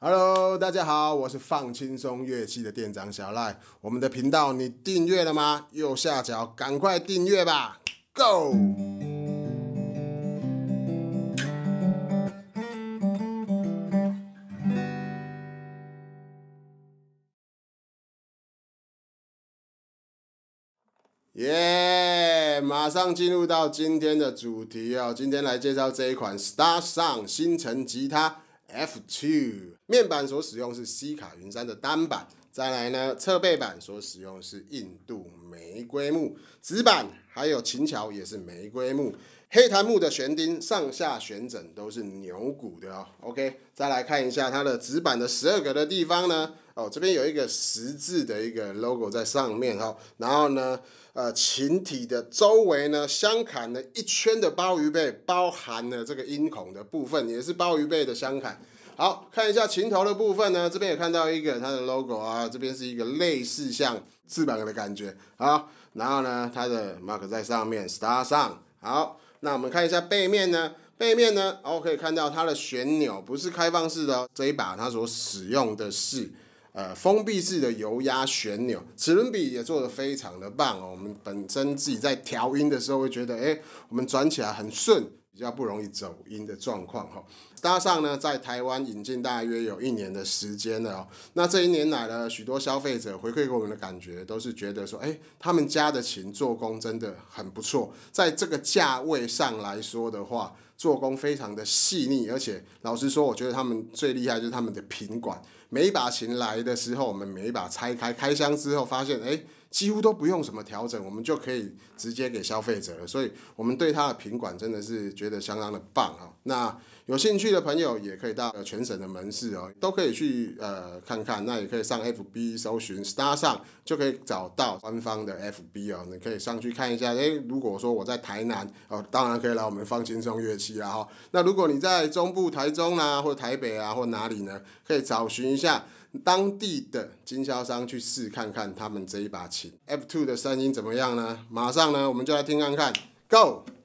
Hello， 大家好，我是放轻松乐器的店长小赖。我们的频道你订阅了吗？右下角赶快订阅吧 ，Go！耶！马上进入到今天的主题哦。今天来介绍这一款 Star Sound 星辰吉他 F2， 面板所使用是西卡云杉的单板。再来呢，侧背板所使用的是印度玫瑰木，指板还有琴桥也是玫瑰木，黑檀木的旋钉上下旋枕都是牛骨的哦。OK， 再来看一下它的指板的12个的地方呢，这边有一个十字的一个 logo 在上面哦，然后呢，琴体的周围呢镶砍了一圈的鲍鱼背，包含了这个音孔的部分，也是鲍鱼背的镶砍。好，看一下琴头的部分呢，这边也看到一个它的 logo 啊，这边是一个类似像翅膀的感觉。好，然后呢，它的 mark 在上面 Star Sound。好，那我们看一下背面呢，可以看到它的旋钮不是开放式的哦，这一把它所使用的是封闭式的油压旋钮，齿轮比也做得非常的棒哦。我们本身自己在调音的时候会觉得，我们转起来很顺，比较不容易走音的状况哈。Star Sound呢，在台湾引进大约有1年的时间了哦。那这1年来呢，许多消费者回馈给我们的感觉都是觉得说，他们家的琴做工真的很不错，在这个价位上来说的话，做工非常的细腻，而且老实说，我觉得他们最厉害就是他们的品管。每一把琴来的时候，我们每一把拆开开箱之后，发现几乎都不用什么调整，我们就可以直接给消费者了。所以我们对它的品管真的是觉得相当的棒哦。那有兴趣的朋友也可以到全省的门市哦，都可以去看看。那也可以上 FB 搜寻 Star Sound， 就可以找到官方的 FB 哦。你可以上去看一下。如果说我在台南哦，当然可以来我们放轻松乐器啦哈。那如果你在中部台中啦，或台北啊，或哪里呢，可以找寻一下当地的经销商去试看看他们这一把琴 F2 的声音怎么样呢？马上呢，我们就来听看看 ，Go！